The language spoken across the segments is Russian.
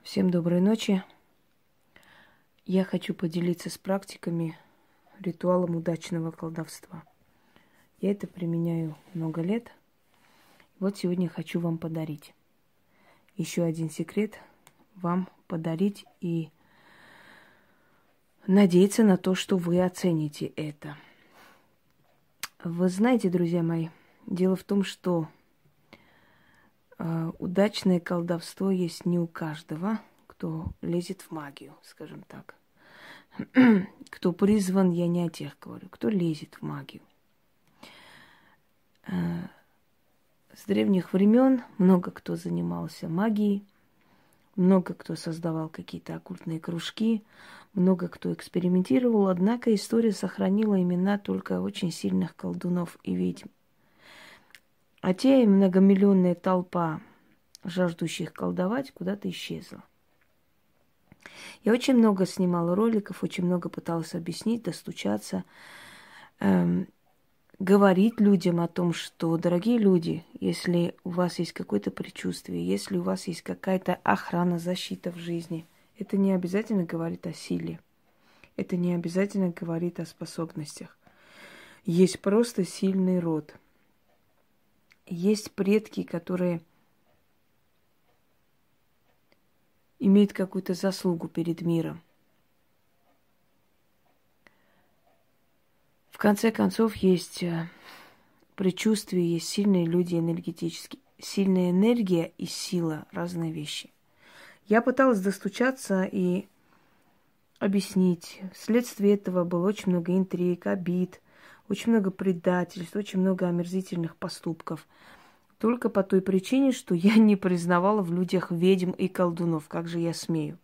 Всем доброй ночи. Я хочу поделиться с практиками ритуалом удачного колдовства. Я это применяю много лет. Вот сегодня хочу вам подарить. Еще один секрет вам подарить и надеяться на то, что вы оцените это. Вы знаете, друзья мои, дело в том, что удачное колдовство есть не у каждого, кто лезет в магию, скажем так. Кто призван, я не о тех говорю, кто лезет в магию. С древних времен много кто занимался магией, много кто создавал какие-то оккультные кружки, много кто экспериментировал, однако история сохранила имена только очень сильных колдунов и ведьм. А те многомиллионная толпа жаждущих колдовать куда-то исчезла. Я очень много снимала роликов, очень много пыталась объяснить, достучаться, говорить людям о том, что, дорогие люди, если у вас есть какое-то предчувствие, если у вас есть какая-то охрана, защита в жизни, это не обязательно говорит о силе, это не обязательно говорит о способностях. Есть просто сильный род. Есть предки, которые имеют какую-то заслугу перед миром. В конце концов, есть предчувствие, есть сильные люди энергетические. Сильная энергия и сила – разные вещи. Я пыталась достучаться и объяснить. Вследствие этого было очень много интриг, обид, очень много предательств, очень много омерзительных поступков. Только по той причине, что я не признавала в людях ведьм и колдунов. Как же я смею?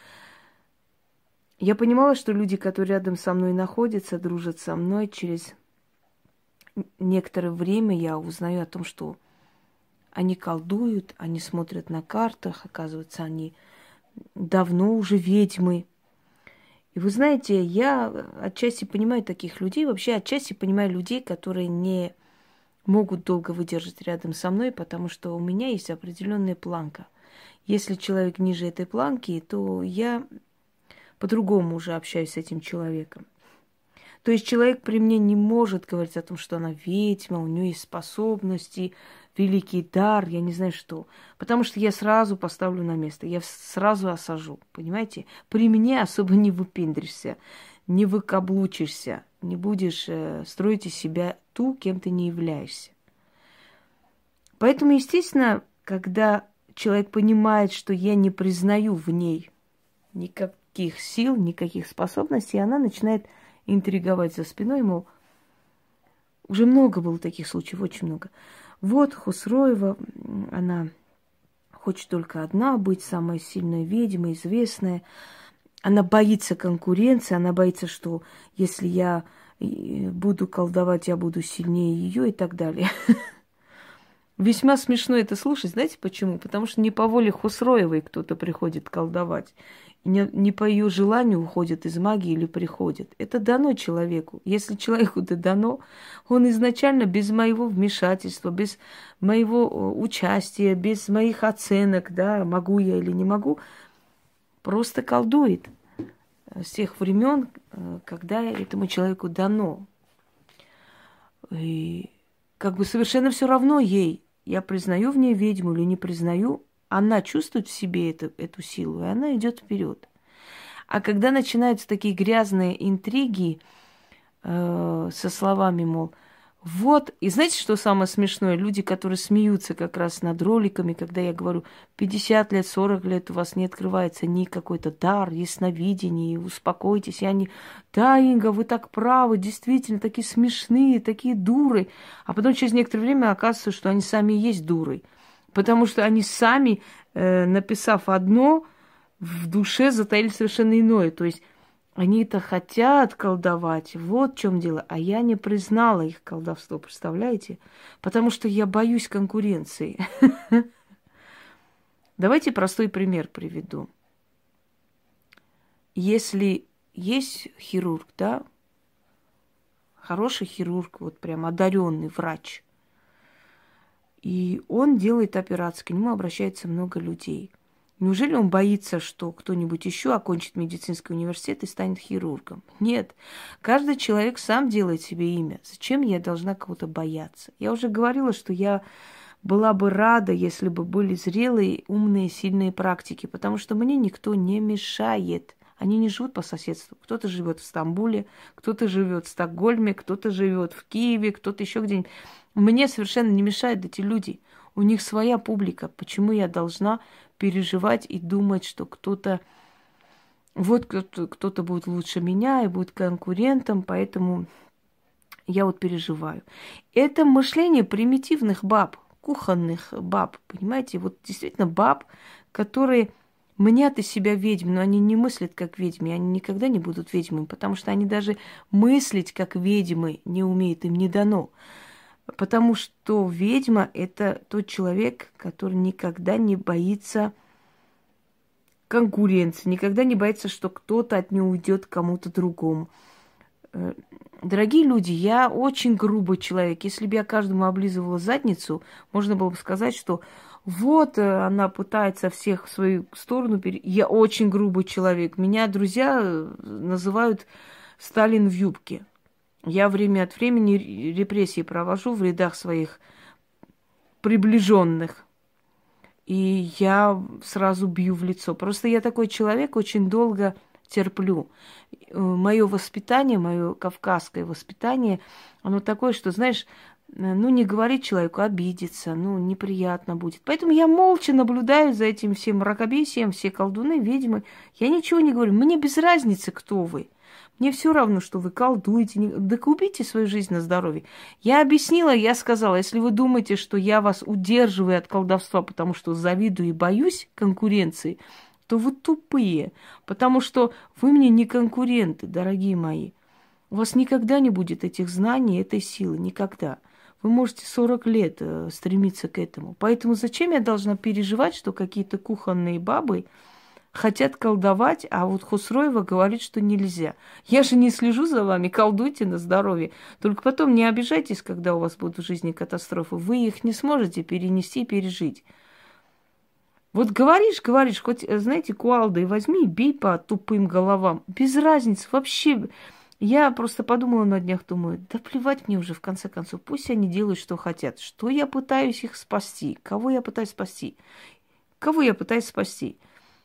Я понимала, что люди, которые рядом со мной находятся, дружат со мной, через некоторое время я узнаю о том, что они колдуют, они смотрят на картах, оказывается, они давно уже ведьмы. И вы знаете, я отчасти понимаю таких людей, вообще отчасти понимаю людей, которые не могут долго выдержать рядом со мной, потому что у меня есть определенная планка. Если человек ниже этой планки, то я по-другому уже общаюсь с этим человеком. То есть человек при мне не может говорить о том, что она ведьма, у нее есть способности, великий дар, я не знаю что. Потому что я сразу поставлю на место, я сразу осажу, понимаете? При мне особо не выпендришься, не выкаблучишься, не будешь строить из себя ту, кем ты не являешься. Поэтому, естественно, когда человек понимает, что я не признаю в ней никаких сил, никаких способностей, она начинает интриговать за спиной, мол, уже много было таких случаев, очень много. Вот Хусроева, она хочет только одна быть, самая сильная ведьма, известная. Она боится конкуренции, она боится, что если я буду колдовать, я буду сильнее ее и так далее. Весьма смешно это слушать. Знаете почему? Потому что не по воле Хусроевой кто-то приходит колдовать. Не по ее желанию уходит из магии или приходит. Это дано человеку. Если человеку это дано, он изначально без моего вмешательства, без моего участия, без моих оценок, да, могу я или не могу, просто колдует с тех времен, когда этому человеку дано. И как бы совершенно все равно ей, я признаю в ней ведьму или не признаю, она чувствует в себе эту силу, и она идет вперед. А когда начинаются такие грязные интриги со словами, мол, вот, и знаете, что самое смешное? Люди, которые смеются как раз над роликами, когда я говорю, 50 лет, 40 лет у вас не открывается ни какой-то дар, ясновидение, успокойтесь. И они, да, Инга, вы так правы, действительно, такие смешные, такие дуры. А потом через некоторое время оказывается, что они сами и есть дуры. Потому что они сами, написав одно, в душе затаили совершенно иное. То есть они-то хотят колдовать, вот в чем дело. А я не признала их колдовство, представляете? Потому что я боюсь конкуренции. Давайте простой пример приведу. Если есть хирург, да, хороший хирург, вот прям одаренный врач, и он делает операции, к нему обращается много людей. Неужели он боится, что кто-нибудь еще окончит медицинский университет и станет хирургом? Нет. Каждый человек сам делает себе имя. Зачем я должна кого-то бояться? Я уже говорила, что я была бы рада, если бы были зрелые, умные, сильные практики, потому что мне никто не мешает. Они не живут по соседству. Кто-то живет в Стамбуле, кто-то живет в Стокгольме, кто-то живет в Киеве, кто-то еще где-нибудь. Мне совершенно не мешают эти люди. У них своя публика. Почему я должна переживать и думать, что кто-то кто-то будет лучше меня и будет конкурентом, поэтому я вот переживаю. Это мышление примитивных баб, кухонных баб, понимаете? Вот действительно баб, которые мнят из себя ведьм, но они не мыслят как ведьмы, они никогда не будут ведьмами, потому что они даже мыслить как ведьмы не умеют, им не дано. Потому что ведьма – это тот человек, который никогда не боится конкуренции, никогда не боится, что кто-то от нее уйдет к кому-то другому. Дорогие люди, я очень грубый человек. Если бы я каждому облизывала задницу, можно было бы сказать, что вот она пытается всех в свою сторону перейти. Я очень грубый человек. Меня друзья называют Сталин в юбке. Я время от времени репрессии провожу в рядах своих приближенных. И я сразу бью в лицо. Просто я такой человек, очень долго терплю. Мое воспитание, мое кавказское воспитание, оно такое, что, знаешь, ну, не говорить человеку, обидеться, ну, неприятно будет. Поэтому я молча наблюдаю за этим всем мракобесием, все колдуны, ведьмы. Я ничего не говорю. Мне без разницы, кто вы. Мне все равно, что вы колдуете. Да купите свою жизнь на здоровье. Я объяснила, я сказала, если вы думаете, что я вас удерживаю от колдовства, потому что завидую и боюсь конкуренции, то вы тупые, потому что вы мне не конкуренты, дорогие мои. У вас никогда не будет этих знаний, этой силы, никогда. Вы можете 40 лет стремиться к этому. Поэтому зачем я должна переживать, что какие-то кухонные бабы хотят колдовать, а вот Хусроева говорит, что нельзя. Я же не слежу за вами, колдуйте на здоровье. Только потом не обижайтесь, когда у вас будут в жизни катастрофы. Вы их не сможете перенести, пережить. Вот говоришь, хоть, знаете, кувалдой возьми и бей по тупым головам. Без разницы вообще. Я просто подумала на днях, думаю, да плевать мне уже в конце концов. Пусть они делают, что хотят. Что я пытаюсь их спасти? Кого я пытаюсь спасти? Кого я пытаюсь спасти?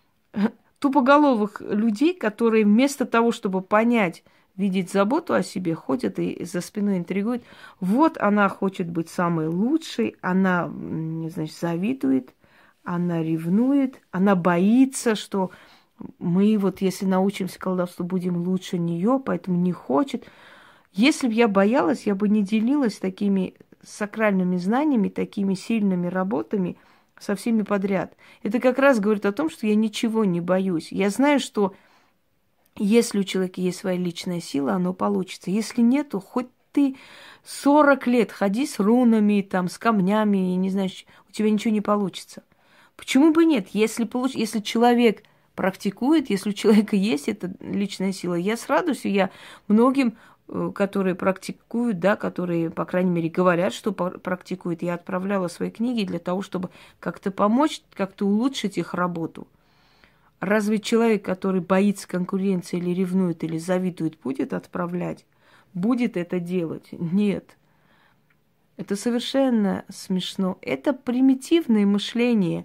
Тупоголовых людей, которые вместо того, чтобы понять, видеть заботу о себе, ходят и за спиной интригуют. Вот она хочет быть самой лучшей, она, значит, завидует, она ревнует, она боится, что мы вот, если научимся колдовству, будем лучше нее, поэтому не хочет. Если бы я боялась, я бы не делилась такими сакральными знаниями, такими сильными работами со всеми подряд. Это как раз говорит о том, что я ничего не боюсь. Я знаю, что если у человека есть своя личная сила, оно получится. Если нету, хоть ты 40 лет ходи с рунами, там, с камнями, и не знаю, у тебя ничего не получится. Почему бы нет? Если человек практикует, если у человека есть эта личная сила, я с радостью, я многим, которые практикуют, да, которые, по крайней мере, говорят, что практикуют, я отправляла свои книги для того, чтобы как-то помочь, как-то улучшить их работу. Разве человек, который боится конкуренции или ревнует, или завидует, будет отправлять? Будет это делать? Нет. Это совершенно смешно. Это примитивное мышление.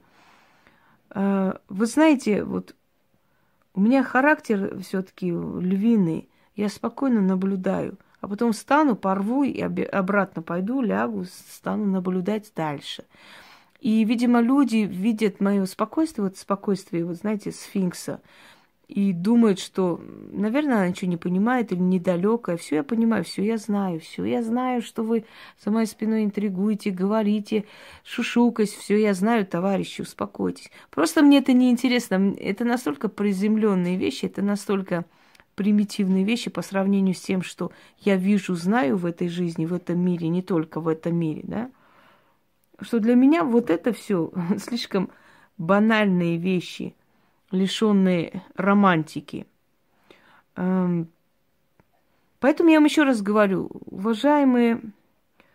Вы знаете, вот у меня характер все-таки львиный. Я спокойно наблюдаю, а потом встану, порву и обратно пойду, лягу, стану наблюдать дальше. И, видимо, люди видят мое спокойствие, вот спокойствие, вот знаете, сфинкса, и думают, что, наверное, она ничего не понимает или недалекая. Все я понимаю, все я знаю, что вы за моей спиной интригуете, говорите, шушукаясь, все я знаю, товарищи, успокойтесь. Просто мне это не интересно, это настолько приземленные вещи, это настолько примитивные вещи по сравнению с тем, что я вижу, знаю в этой жизни, в этом мире, не только в этом мире, да, что для меня вот это все слишком банальные вещи, лишенные романтики. Поэтому я вам еще раз говорю, уважаемые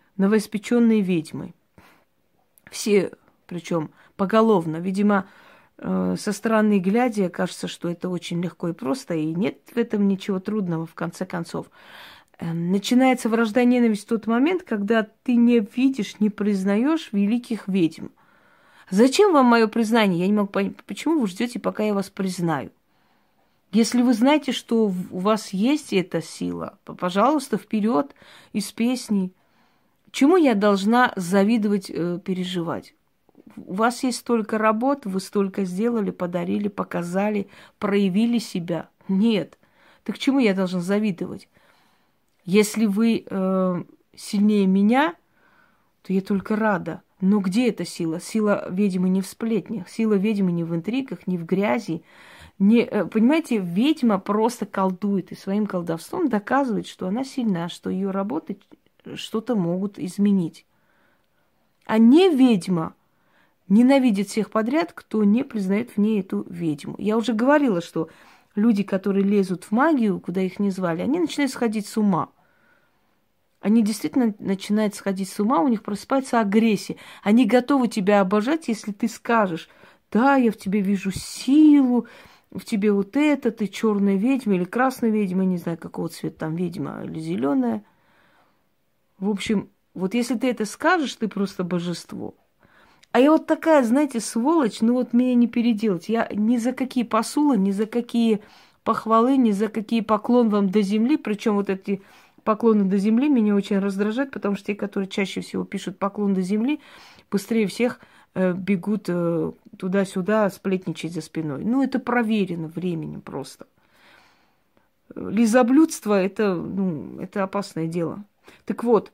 новоиспеченные ведьмы, все, причем поголовно, видимо, Со стороны глядя, кажется, что это очень легко и просто, и нет в этом ничего трудного, в конце концов. Начинается вражда и ненависть в тот момент, когда ты не видишь, не признаешь великих ведьм. Зачем вам мое признание? Я не могу понять, почему вы ждете, пока я вас признаю? Если вы знаете, что у вас есть эта сила, пожалуйста, вперед из песни. Чему я должна завидовать, переживать? У вас есть столько работ, вы столько сделали, подарили, показали, проявили себя. Нет. Так чему я должна завидовать? Если вы сильнее меня, то я только рада. Но где эта сила? Сила ведьмы не в сплетнях, сила ведьмы не в интригах, не в грязи. Не, понимаете, ведьма просто колдует и своим колдовством доказывает, что она сильна, что ее работы что-то могут изменить. А не ведьма ненавидит всех подряд, кто не признает в ней эту ведьму. Я уже говорила, что люди, которые лезут в магию, куда их не звали, они начинают сходить с ума. Они действительно начинают сходить с ума, у них просыпается агрессия. Они готовы тебя обожать, если ты скажешь: да, я в тебе вижу силу, в тебе вот это, ты черная ведьма или красная ведьма, не знаю, какого цвета там ведьма, или зеленая. В общем, вот если ты это скажешь, ты просто божество. А я вот такая, знаете, сволочь, ну вот меня не переделать. Я ни за какие посулы, ни за какие похвалы, ни за какие поклон вам до земли, причем вот эти поклоны до земли меня очень раздражают, потому что те, которые чаще всего пишут поклон до земли, быстрее всех бегут туда-сюда сплетничать за спиной. Ну, это проверено временем просто. Лизоблюдство – это, ну, это опасное дело. Так вот,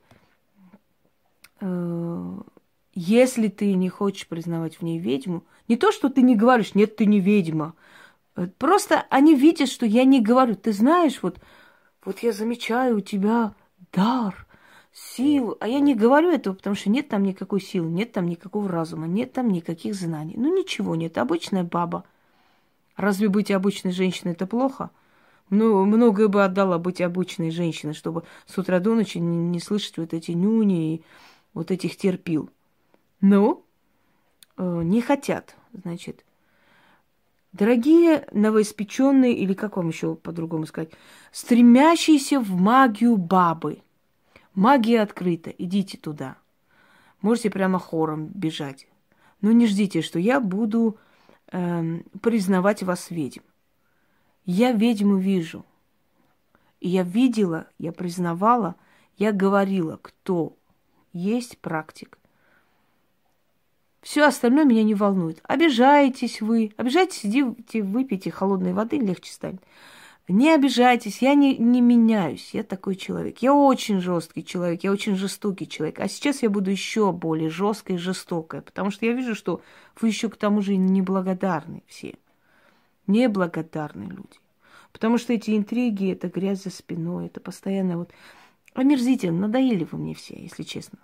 если ты не хочешь признавать в ней ведьму, не то, что ты не говоришь: нет, ты не ведьма. Просто они видят, что я не говорю. Ты знаешь, вот я замечаю у тебя дар, силу. А я не говорю этого, потому что нет там никакой силы, нет там никакого разума, нет там никаких знаний. Ну, ничего нет. Обычная баба. Разве быть обычной женщиной – это плохо? Ну, многое бы отдала быть обычной женщиной, чтобы с утра до ночи не слышать вот эти нюни и вот этих терпил. Но не хотят, значит. Дорогие новоиспеченные, или как вам еще по-другому сказать, стремящиеся в магию бабы. Магия открыта, идите туда. Можете прямо хором бежать. Но не ждите, что я буду признавать вас ведьм. Я ведьму вижу. И я видела, я признавала, я говорила, кто есть практик. Все остальное меня не волнует. Обижаетесь вы, обижаетесь, идите, выпейте холодной воды, легче станет. Не обижайтесь, я не меняюсь, я такой человек. Я очень жесткий человек, я очень жестокий человек. А сейчас я буду еще более жесткой и жестокой, потому что я вижу, что вы еще к тому же неблагодарны все. Неблагодарные люди. Потому что эти интриги, это грязь за спиной, это постоянно вот омерзительно. Надоели вы мне все, если честно.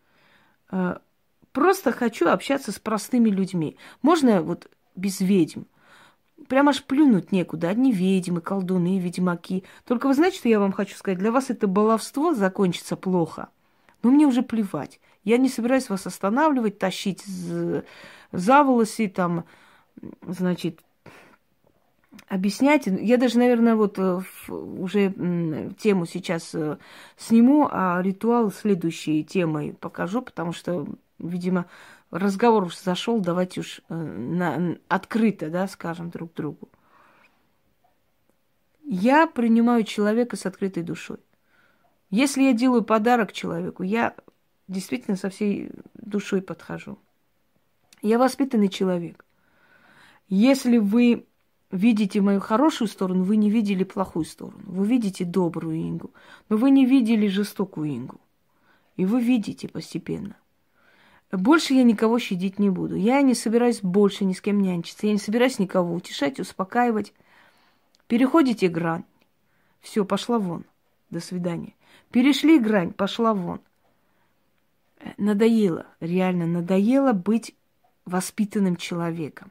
Просто хочу общаться с простыми людьми. Можно вот без ведьм? Прям аж плюнуть некуда. Одни ведьмы, колдуны, ведьмаки. Только вы знаете, что я вам хочу сказать? Для вас это баловство закончится плохо. Но мне уже плевать. Я не собираюсь вас останавливать, тащить за волосы, там, значит, объяснять. Я даже, наверное, вот уже тему сейчас сниму, а ритуал следующей темой покажу, потому что, видимо, разговор уж зашел, давайте уж открыто, да, скажем друг другу. Я принимаю человека с открытой душой. Если я делаю подарок человеку, я действительно со всей душой подхожу. Я воспитанный человек. Если вы видите мою хорошую сторону, вы не видели плохую сторону. Вы видите добрую Ингу, но вы не видели жестокую Ингу. И вы видите постепенно. Больше я никого щадить не буду. Я не собираюсь больше ни с кем нянчиться. Я не собираюсь никого утешать, успокаивать. Переходите грань. Все, пошла вон. До свидания. Перешли грань, пошла вон. Надоело, реально надоело быть воспитанным человеком.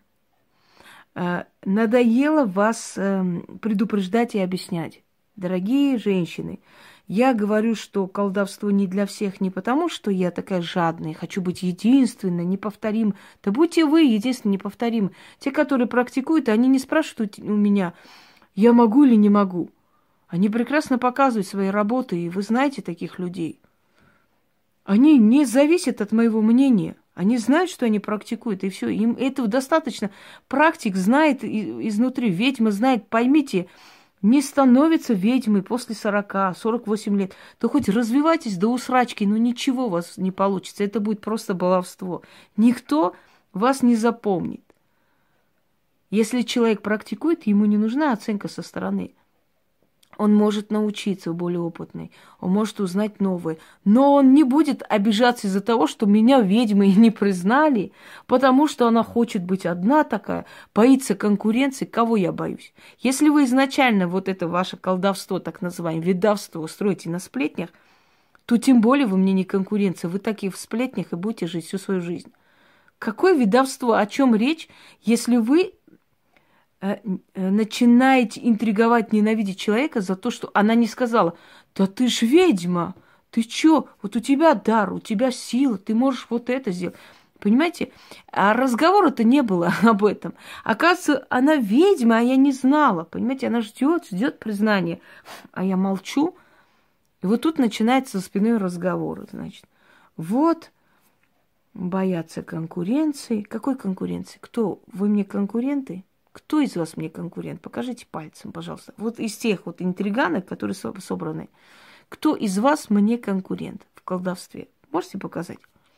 Надоело вас предупреждать и объяснять. Дорогие женщины, Я говорю, что колдовство не для всех не потому, что я такая жадная, хочу быть единственной, неповторим. Да будьте вы единственной, неповторим. Те, которые практикуют, они не спрашивают у меня, я могу или не могу. Они прекрасно показывают свои работы, и вы знаете таких людей. Они не зависят от моего мнения. Они знают, что они практикуют, и все. Им этого достаточно. Практик знает изнутри, ведьма знает. Поймите, не становится ведьмой после 48 лет. То хоть развивайтесь до усрачки, но ничего у вас не получится. Это будет просто баловство. Никто вас не запомнит. Если человек практикует, ему не нужна оценка со стороны. Он может научиться, более опытный, он может узнать новое. Но он не будет обижаться из-за того, что меня ведьмой не признали, потому что она хочет быть одна такая, боится конкуренции. Кого я боюсь? Если вы изначально вот это ваше колдовство, так называемое, ведовство строите на сплетнях, то тем более вы мне не конкуренция. Вы такие в сплетнях и будете жить всю свою жизнь. Какое ведовство? О чем речь, если вы начинаете интриговать, ненавидеть человека за то, что она не сказала, да ты ж ведьма, ты чё, вот у тебя дар, у тебя сила, ты можешь вот это сделать. Понимаете? А разговора-то не было об этом. Оказывается, она ведьма, а я не знала. Понимаете, она ждет признания, а я молчу. И вот тут начинается за спиной разговор, значит. Вот, боятся конкуренции. Какой конкуренции? Кто? Вы мне конкуренты? Кто из вас мне конкурент? Покажите пальцем, пожалуйста. Вот из тех вот интриганок, которые собраны, кто из вас мне конкурент в колдовстве? Можете показать?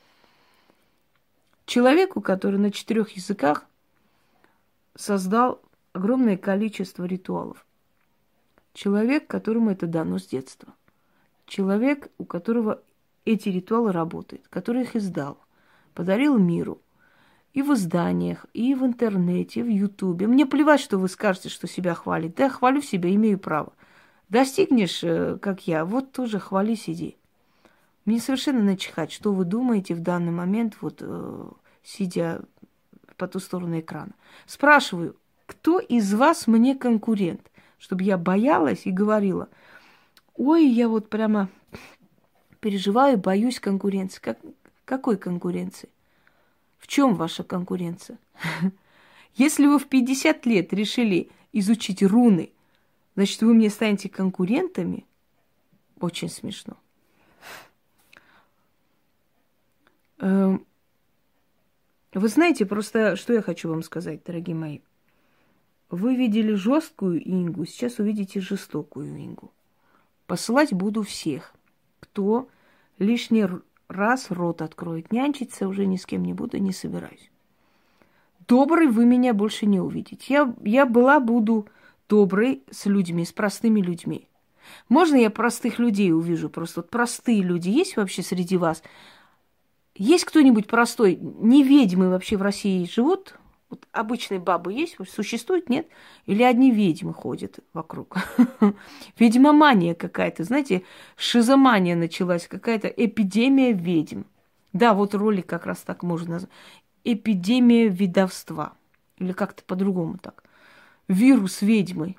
Человеку, который на 4 языках создал огромное количество ритуалов. Человек, которому это дано с детства. Человек, у которого эти ритуалы работают, который их издал, подарил миру. И в изданиях, и в интернете, и в Ютубе. Мне плевать, что вы скажете, что себя хвалите. Да, я хвалю себя, имею право. Достигнешь, как я, вот тоже хвали, сиди. Мне совершенно начихать, что вы думаете в данный момент, вот сидя по ту сторону экрана. Спрашиваю, кто из вас мне конкурент? Чтобы я боялась и говорила, ой, я вот прямо переживаю, боюсь конкуренции. Какой конкуренции? В чем ваша конкуренция? Если вы в 50 лет решили изучить руны, значит, вы мне станете конкурентами? Очень смешно. Вы знаете, просто что я хочу вам сказать, дорогие мои. Вы видели жесткую Ингу, сейчас увидите жестокую Ингу. Посылать буду всех, кто лишний раз рот откроет. Нянчиться уже ни с кем не буду, не собираюсь. Добрый вы меня больше не увидите. Я буду доброй с людьми, с простыми людьми. Можно я простых людей увижу? Просто вот простые люди есть вообще среди вас? Есть кто-нибудь простой? Не ведьмы вообще в России живут? Вот обычные бабы есть? Существуют, нет? Или одни ведьмы ходят вокруг? Ведьмомания какая-то, знаете, шизомания началась, какая-то эпидемия ведьм. Да, вот ролик как раз так можно назвать. Эпидемия ведовства. Или как-то по-другому так. Вирус ведьмы.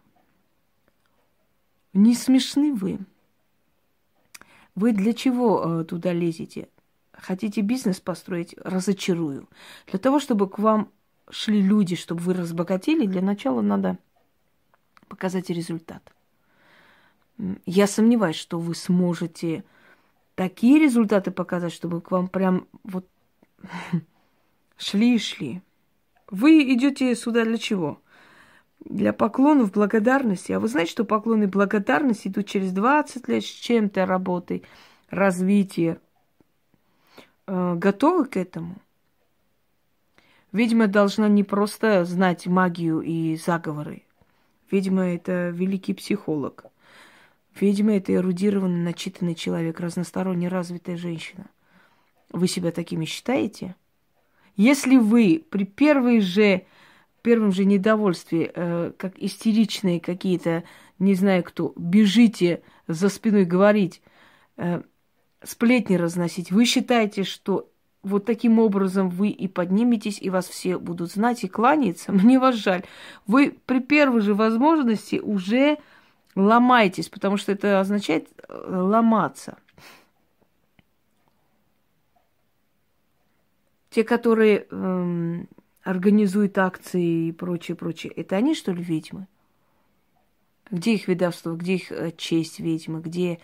Не смешны вы? Вы для чего туда лезете? Хотите бизнес построить? Разочарую. Для того, чтобы к вам шли люди, чтобы вы разбогатели, для начала надо показать результат. Я сомневаюсь, что вы сможете такие результаты показать, чтобы к вам прям вот шли и шли. Вы идете сюда для чего? Для поклонов, благодарности. А вы знаете, что поклоны и благодарность идут через 20 лет с чем-то работой, развития. Готовы к этому? Ведьма должна не просто знать магию и заговоры. Ведьма – это великий психолог. Ведьма – это эрудированный, начитанный человек, разносторонне развитая женщина. Вы себя такими считаете? Если вы при первом же недовольстве, как истеричные какие-то, не знаю кто, бежите за спиной говорить, сплетни разносить, вы считаете, что вот таким образом вы и подниметесь, и вас все будут знать и кланяться? Мне вас жаль. Вы при первой же возможности уже ломаетесь, потому что это означает ломаться. Те, которые организуют акции и прочее, прочее, это они, что ли, ведьмы? Где их ведовство, где их честь ведьмы, где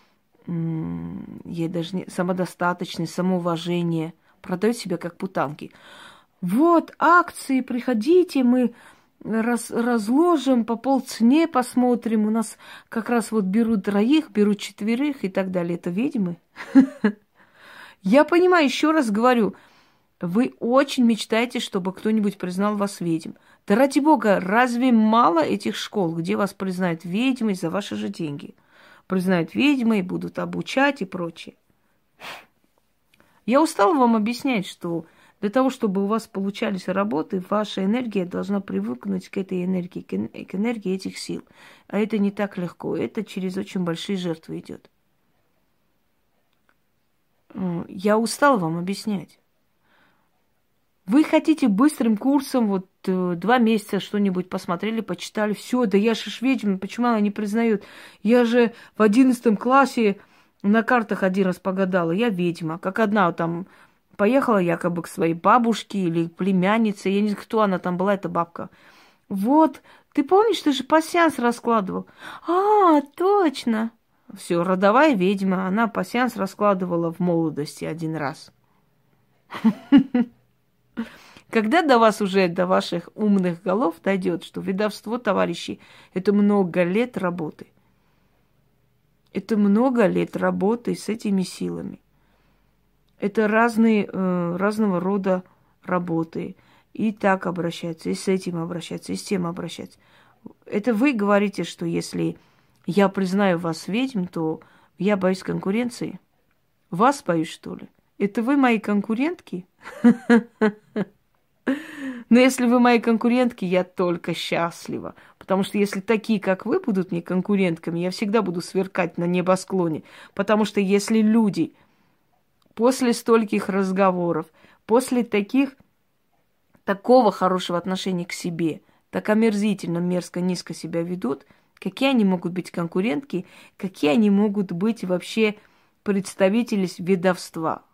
я даже не, самодостаточность, самоуважение, продают себя как путанки. Вот акции, приходите, мы разложим по полцене, посмотрим. У нас как раз вот берут 3, берут 4 и так далее. Это ведьмы? Я понимаю, еще раз говорю, вы очень мечтаете, чтобы кто-нибудь признал вас ведьм. Да ради бога, разве мало этих школ, где вас признают ведьмой за ваши же деньги? Признают ведьмой, будут обучать и прочее. Я устала вам объяснять, что для того, чтобы у вас получались работы, ваша энергия должна привыкнуть к этой энергии, к энергии этих сил. А это не так легко. Это через очень большие жертвы идет. Я устала вам объяснять. Вы хотите быстрым курсом, вот 2 месяца что-нибудь посмотрели, почитали, все, да я же ведьма, почему она не признает? Я же в 11 классе на картах 1 раз погадала, я ведьма. Как одна там поехала якобы к своей бабушке или племяннице, я не знаю, кто она там была, эта бабка. Вот, ты помнишь, ты же пасьянс раскладывал. А, точно. Все, родовая ведьма, она пасьянс раскладывала в молодости 1 раз. Когда до вас уже, до ваших умных голов дойдет, что ведовство, товарищи, это много лет работы. Это много лет работы с этими силами. Это разного рода работы. И так обращаться, и с этим обращаться, и с тем обращаться. Это вы говорите, что если я признаю вас ведьм, то я боюсь конкуренции. Вас боюсь, что ли? Это вы мои конкурентки? Но если вы мои конкурентки, я только счастлива. Потому что если такие, как вы, будут мне конкурентками, я всегда буду сверкать на небосклоне. Потому что если люди после стольких разговоров, после такого хорошего отношения к себе, так омерзительно, мерзко, низко себя ведут, какие они могут быть конкурентки, какие они могут быть вообще представители ведовства?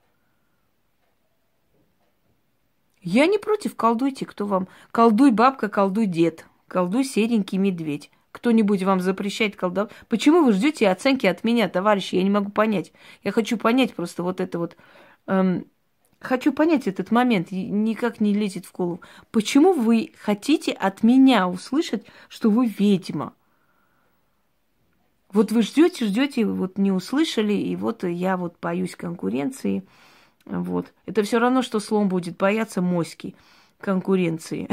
Я не против, колдуйте, кто вам. Колдуй бабка, колдуй дед, колдуй серенький медведь. Кто-нибудь вам запрещает колдовать? Почему вы ждете оценки от меня, товарищи? Я не могу понять. Я хочу понять просто вот это вот. Хочу понять этот момент, никак не лезет в голову. Почему вы хотите от меня услышать, что вы ведьма? Вот вы ждете, вот не услышали, и вот я вот боюсь конкуренции. Вот. Это все равно, что слон будет бояться моськи конкуренции.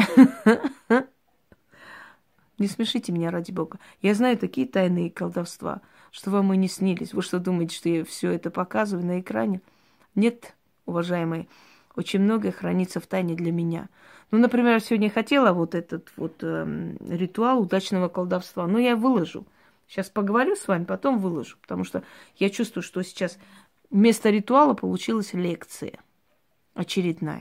Не смешите меня, ради бога. Я знаю такие тайные колдовства, что вам и не снились. Вы что думаете, что я все это показываю на экране? Нет, уважаемые, очень многое хранится в тайне для меня. Ну, например, сегодня хотела вот этот вот ритуал удачного колдовства, но я выложу. Сейчас поговорю с вами, потом выложу, потому что я чувствую, что сейчас вместо ритуала получилась лекция очередная.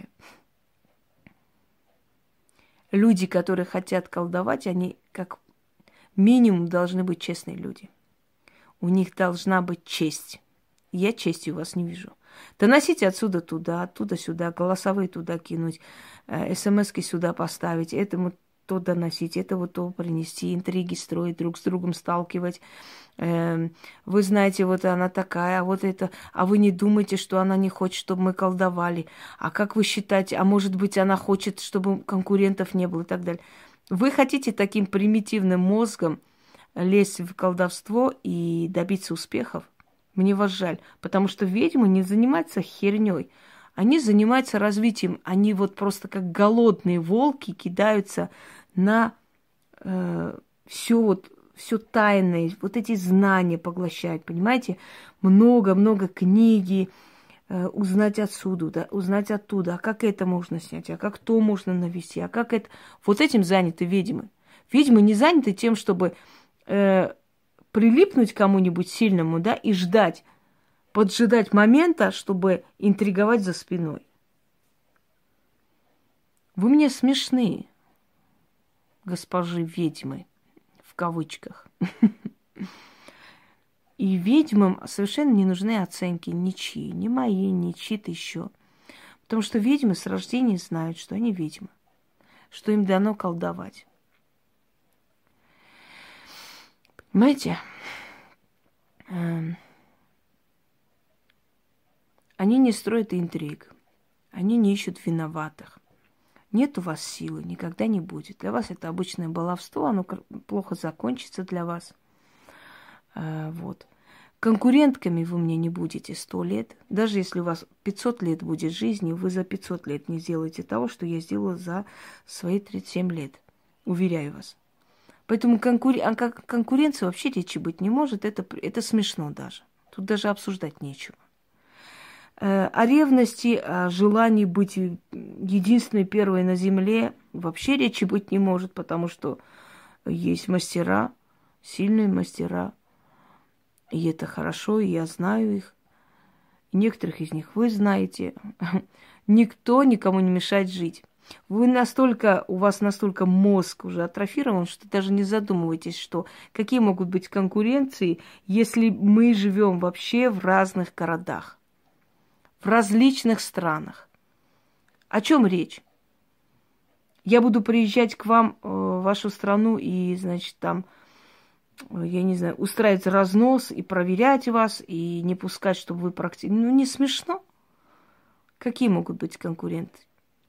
Люди, которые хотят колдовать, они как минимум должны быть честные люди. У них должна быть честь. Я чести у вас не вижу. Доносите отсюда туда, оттуда сюда, голосовые туда кинуть, смски сюда поставить, этому то доносить, это вот то принести, интриги строить, друг с другом сталкивать. Вы знаете, вот она такая, а вот это, а вы не думаете, что она не хочет, чтобы мы колдовали. А как вы считаете, а может быть, она хочет, чтобы конкурентов не было и так далее. Вы хотите таким примитивным мозгом лезть в колдовство и добиться успехов? Мне вас жаль, потому что ведьмы не занимаются херней. Они занимаются развитием. Они вот просто как голодные волки кидаются на все тайное, вот эти знания поглощают, понимаете? Много-много книги, узнать отсюда, да, узнать оттуда, а как это можно снять, а как то можно навести, а как это... Вот этим заняты ведьмы. Ведьмы не заняты тем, чтобы прилипнуть к кому-нибудь сильному, да, и ждать, поджидать момента, чтобы интриговать за спиной. Вы мне смешны, госпожи ведьмы, в кавычках. И ведьмам совершенно не нужны оценки ничьи, ни мои, ни чьи-то еще. Потому что ведьмы с рождения знают, что они ведьмы, что им дано колдовать. Понимаете? Они не строят интриг, они не ищут виноватых. Нет у вас силы, никогда не будет. Для вас это обычное баловство, оно плохо закончится для вас. Вот. Конкурентками вы мне не будете 100 лет. Даже если у вас 500 лет будет жизни, вы за 500 лет не сделаете того, что я сделала за свои 37 лет. Уверяю вас. Поэтому конкуренции вообще речи быть не может. Это смешно даже. Тут даже обсуждать нечего. О ревности, о желании быть единственной первой на земле вообще речи быть не может, потому что есть мастера, сильные мастера. И это хорошо, и я знаю их. И некоторых из них вы знаете. Никто никому не мешает жить. У вас настолько мозг уже атрофирован, что даже не задумываетесь, что какие могут быть конкуренции, если мы живем вообще в разных городах, в различных странах. О чем речь? Я буду приезжать к вам в вашу страну и, значит, там, я не знаю, устраивать разнос и проверять вас, и не пускать, чтобы вы практически... Ну, не смешно? Какие могут быть конкуренты?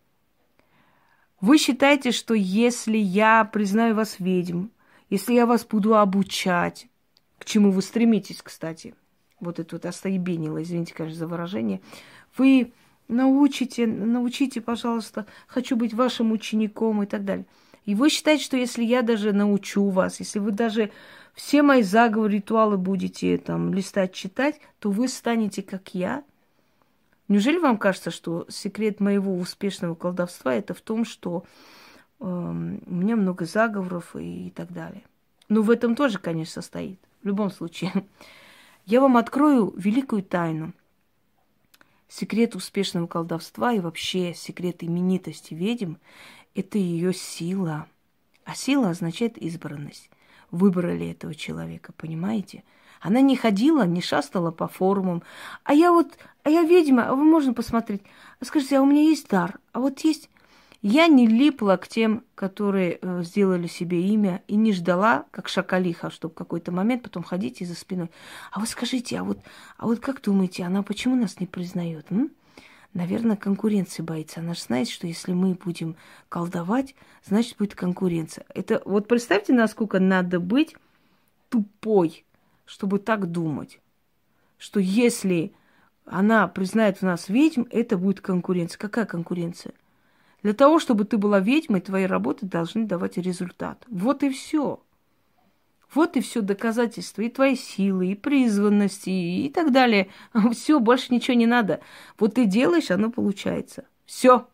Вы считаете, что если я признаю вас ведьм, если я вас буду обучать, к чему вы стремитесь, кстати, вот это вот остаебенило, извините, конечно, за выражение, вы научите, пожалуйста, хочу быть вашим учеником и так далее. И вы считаете, что если я даже научу вас, если вы даже все мои заговоры, ритуалы будете там листать, читать, то вы станете как я? Неужели вам кажется, что секрет моего успешного колдовства это в том, что у меня много заговоров и так далее? Ну, в этом тоже, конечно, состоит. В любом случае. Я вам открою великую тайну. Секрет успешного колдовства и вообще секрет именитости ведьм – это ее сила. А сила означает избранность. Выбрали этого человека, понимаете? Она не ходила, не шастала по форумам. А я ведьма, а вы можно посмотреть. Скажите, а у меня есть дар? А вот есть... Я не липла к тем, которые сделали себе имя, и не ждала, как шакалиха, чтобы в какой-то момент потом ходить и за спиной. А вот скажите, а вот как думаете, она почему нас не признает? Наверное, конкуренции боится. Она же знает, что если мы будем колдовать, значит, будет конкуренция. Это вот представьте, насколько надо быть тупой, чтобы так думать, что если она признает в нас ведьм, это будет конкуренция. Какая конкуренция? Для того, чтобы ты была ведьмой, твои работы должны давать результат. Вот и все. Вот и все доказательства и твоей силы, и призванности, и так далее. Все, больше ничего не надо. Вот ты делаешь, оно получается. Все.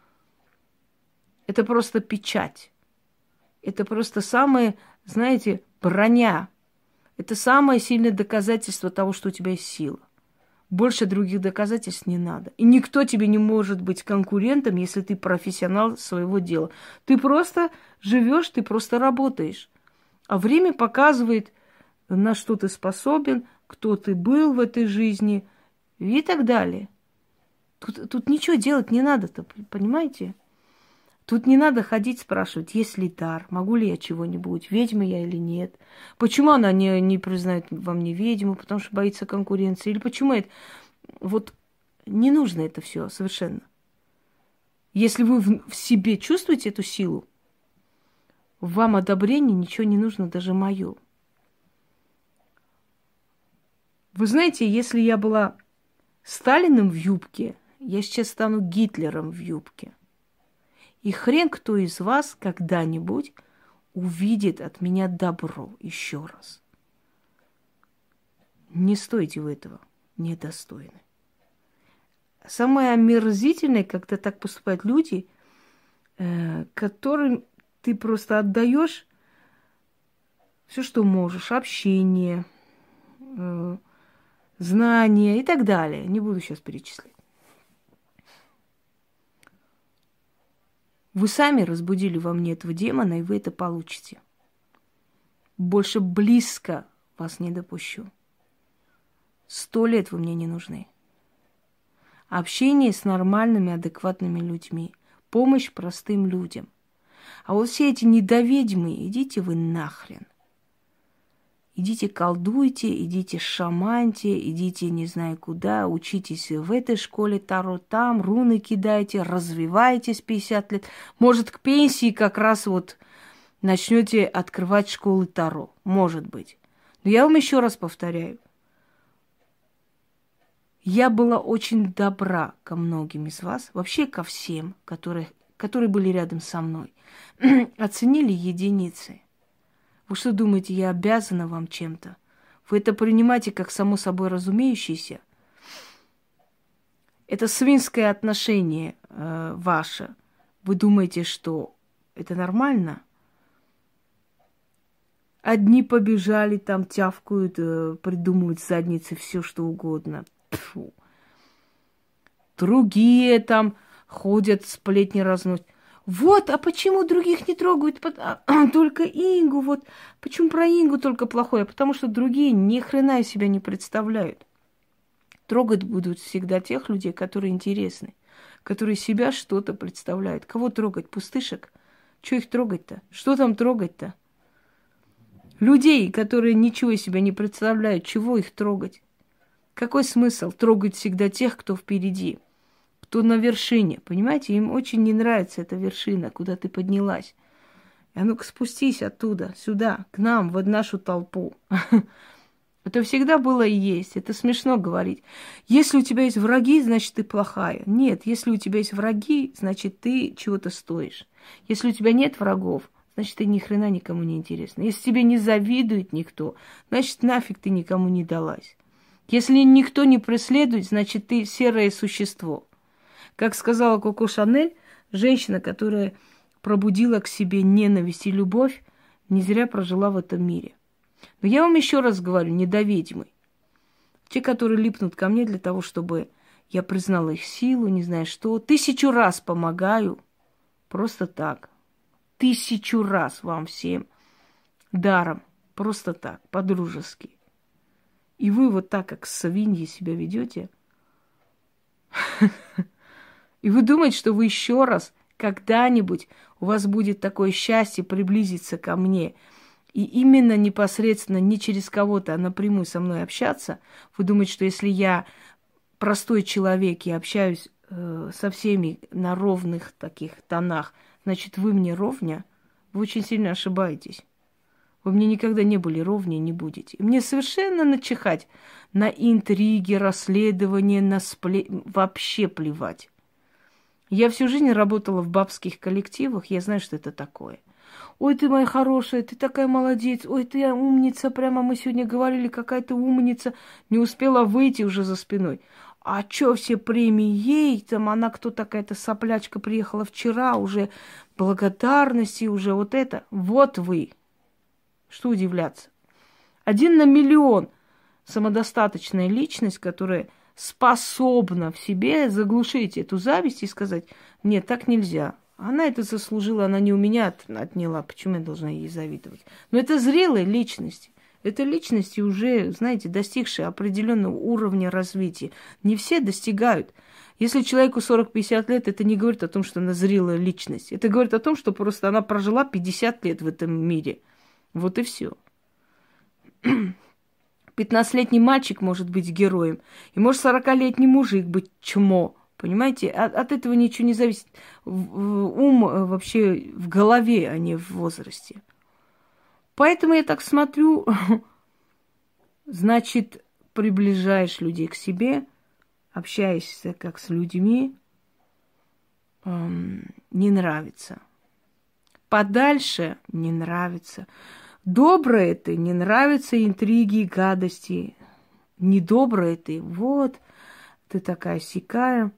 Это просто печать. Это просто самое, знаете, броня. Это самое сильное доказательство того, что у тебя есть сила. Больше других доказательств не надо. И никто тебе не может быть конкурентом, если ты профессионал своего дела. Ты просто живешь, ты просто работаешь. А время показывает, на что ты способен, кто ты был в этой жизни и так далее. Тут ничего делать не надо-то, понимаете? Тут не надо ходить спрашивать, есть ли дар, могу ли я чего-нибудь, ведьма я или нет. Почему она не признает во мне ведьму, потому что боится конкуренции. Или почему это... Вот не нужно это все совершенно. Если вы в себе чувствуете эту силу, вам одобрение ничего не нужно, даже мое. Вы знаете, если я была Сталиным в юбке, я сейчас стану Гитлером в юбке. И хрен кто из вас когда-нибудь увидит от меня добро еще раз. Не стойте вы этого, недостойны. Самое омерзительное, когда так поступают люди, которым ты просто отдаешь все, что можешь, общение, знания и так далее. Не буду сейчас перечислять. Вы сами разбудили во мне этого демона, и вы это получите. Больше близко вас не допущу. 100 лет вы мне не нужны. Общение с нормальными, адекватными людьми. Помощь простым людям. А вот все эти недоведьмы, идите вы нахрен. Идите колдуйте, идите шаманьте, идите не знаю куда, учитесь в этой школе Таро, там руны кидайте, развивайтесь 50 лет. Может, к пенсии как раз вот начнете открывать школы Таро. Может быть. Но я вам еще раз повторяю. Я была очень добра ко многим из вас, вообще ко всем, которые были рядом со мной. Оценили единицы. Вы что думаете, я обязана вам чем-то? Вы это принимаете как само собой разумеющееся? Это свинское отношение ваше. Вы думаете, что это нормально? Одни побежали, там тявкают, придумывают с задницы все, что угодно. Тьфу. Другие там ходят, сплетни разносят. Вот, а почему других не трогают, только Ингу, вот, почему про Ингу только плохое? Потому что другие ни хрена из себя не представляют. Трогать будут всегда тех людей, которые интересны, которые себя что-то представляют. Кого трогать? Пустышек? Чего их трогать-то? Что там трогать-то? Людей, которые ничего из себя не представляют, чего их трогать? Какой смысл трогать всегда тех, кто впереди? Кто на вершине, понимаете? Им очень не нравится эта вершина, куда ты поднялась. А ну-ка спустись оттуда, сюда, к нам, в нашу толпу. Это всегда было и есть. Это смешно говорить. Если у тебя есть враги, значит, ты плохая. Нет, если у тебя есть враги, значит, ты чего-то стоишь. Если у тебя нет врагов, значит, ты ни хрена никому не интересна. Если тебе не завидует никто, значит, нафиг ты никому не далась. Если никто не преследует, значит, ты серое существо. Как сказала Коко Шанель, женщина, которая пробудила к себе ненависть и любовь, не зря прожила в этом мире. Но я вам еще раз говорю, недоведьмы. Те, которые липнут ко мне для того, чтобы я признала их силу, не знаю что. 1000 раз помогаю. Просто так. 1000 раз вам всем. Даром. Просто так. По-дружески. И вы вот так, как свиньи себя ведете. И вы думаете, что вы еще раз когда-нибудь у вас будет такое счастье приблизиться ко мне и именно непосредственно не через кого-то, а напрямую со мной общаться. Вы думаете, что если я простой человек и общаюсь со всеми на ровных таких тонах, значит, вы мне ровня? Вы очень сильно ошибаетесь. Вы мне никогда не были ровнее, не будете. И мне совершенно начихать на интриги, расследования, на вообще плевать. Я всю жизнь работала в бабских коллективах, я знаю, что это такое. Ой, ты моя хорошая, ты такая молодец, ой, ты умница, прямо мы сегодня говорили, какая ты умница, не успела выйти уже за спиной. А чё все премии ей, там она кто такая-то соплячка приехала вчера, уже благодарности, уже вот это. Вот вы. Что удивляться? 1 на миллион самодостаточная личность, которая способна в себе заглушить эту зависть и сказать, нет, так нельзя. Она это заслужила, она не у меня отняла, почему я должна ей завидовать? Но это зрелые личности. Это личности уже, знаете, достигшие определенного уровня развития. Не все достигают. Если человеку 40-50 лет, это не говорит о том, что она зрелая личность. Это говорит о том, что просто она прожила 50 лет в этом мире. Вот и все. 15-летний мальчик может быть героем, и может 40-летний мужик быть чмо. Понимаете? От этого ничего не зависит. Ум вообще в голове, а не в возрасте. Поэтому я так смотрю, значит, приближаешь людей к себе, общаешься как с людьми, не нравится. Подальше не нравится. Доброе ты, не нравятся интриги, гадости. Недоброе ты, вот, ты такая сякая.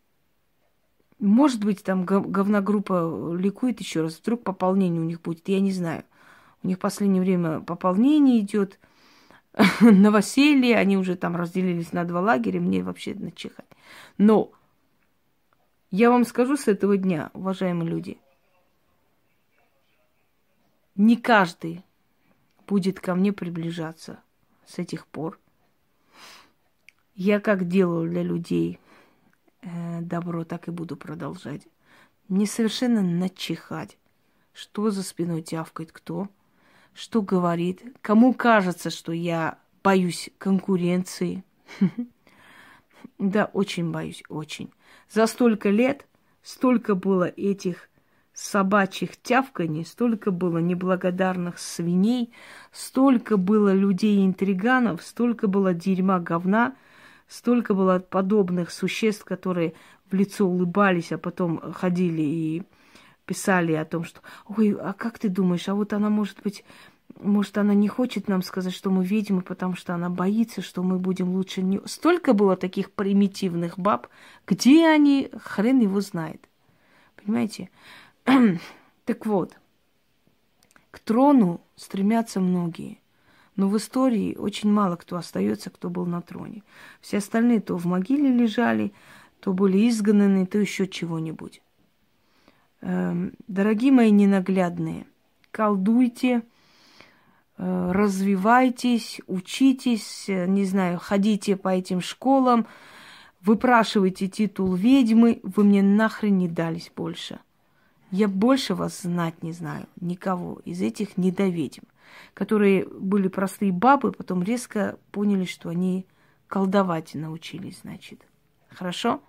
Может быть, там говногруппа ликует еще раз, вдруг пополнение у них будет, я не знаю. У них в последнее время пополнение идет, новоселье, они уже там разделились на 2 лагеря, мне вообще начихать. Но я вам скажу с этого дня, уважаемые люди, не каждый будет ко мне приближаться с этих пор. Я как делаю для людей добро, так и буду продолжать. Мне совершенно начихать, что за спиной тявкает кто, что говорит, кому кажется, что я боюсь конкуренции. Да, очень боюсь, очень. За столько лет столько было этих собачьих тявканий, столько было неблагодарных свиней, столько было людей-интриганов, столько было дерьма, говна, столько было подобных существ, которые в лицо улыбались, а потом ходили и писали о том, что «Ой, а как ты думаешь, а вот она, может, она не хочет нам сказать, что мы ведьмы, потому что она боится, что мы будем лучше не...» Столько было таких примитивных баб. Где они, хрен его знает. Понимаете? Так вот, к трону стремятся многие. Но в истории очень мало кто остается, кто был на троне. Все остальные то в могиле лежали, то были изгнаны, то еще чего-нибудь. Дорогие мои ненаглядные, колдуйте, развивайтесь, учитесь, не знаю, ходите по этим школам, выпрашивайте титул ведьмы, вы мне нахрен не дались больше. Я больше вас знать не знаю, никого из этих недоведьм, которые были простые бабы, потом резко поняли, что они колдовать научились, значит. Хорошо?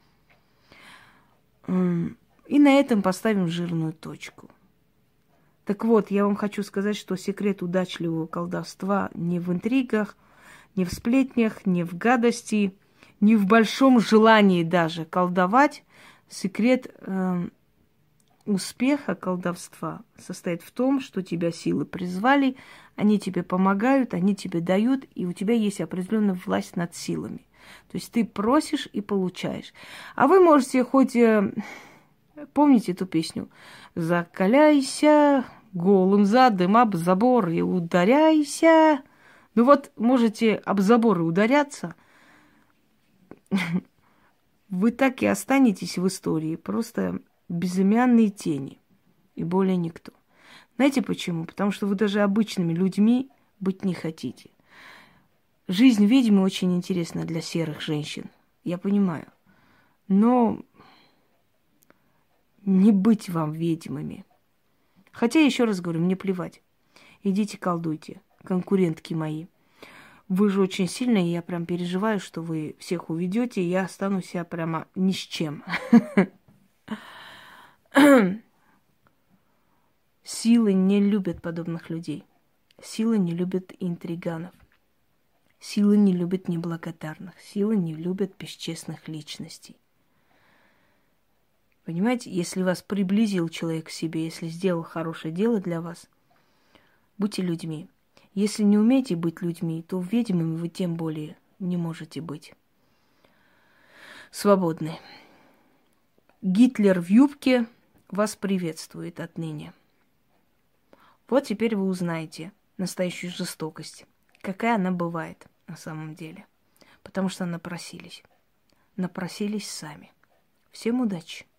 И на этом поставим жирную точку. Так вот, я вам хочу сказать, что секрет удачливого колдовства не в интригах, не в сплетнях, не в гадости, не в большом желании даже колдовать. Секрет успеха колдовства состоит в том, что тебя силы призвали, они тебе помогают, они тебе дают, и у тебя есть определенная власть над силами. То есть ты просишь и получаешь. А вы можете хоть... Помните эту песню? «Закаляйся голым задом об забор и ударяйся». Ну вот, можете об заборы ударяться, вы так и останетесь в истории, просто безымянные тени, и более никто. Знаете почему? Потому что вы даже обычными людьми быть не хотите. Жизнь ведьмы очень интересна для серых женщин, я понимаю. Но не быть вам ведьмами. Хотя, еще раз говорю, мне плевать. Идите колдуйте, конкурентки мои. Вы же очень сильные, и я прям переживаю, что вы всех уведете, и я останусь прямо ни с чем. Силы не любят подобных людей. Силы не любят интриганов. Силы не любят неблагодарных. Силы не любят бесчестных личностей. Понимаете, если вас приблизил человек к себе, если сделал хорошее дело для вас, будьте людьми. Если не умеете быть людьми, то ведьмами вы тем более не можете быть. Свободны. Гитлер в юбке вас приветствует отныне. Вот теперь вы узнаете настоящую жестокость. Какая она бывает на самом деле. Потому что напросились. Напросились сами. Всем удачи.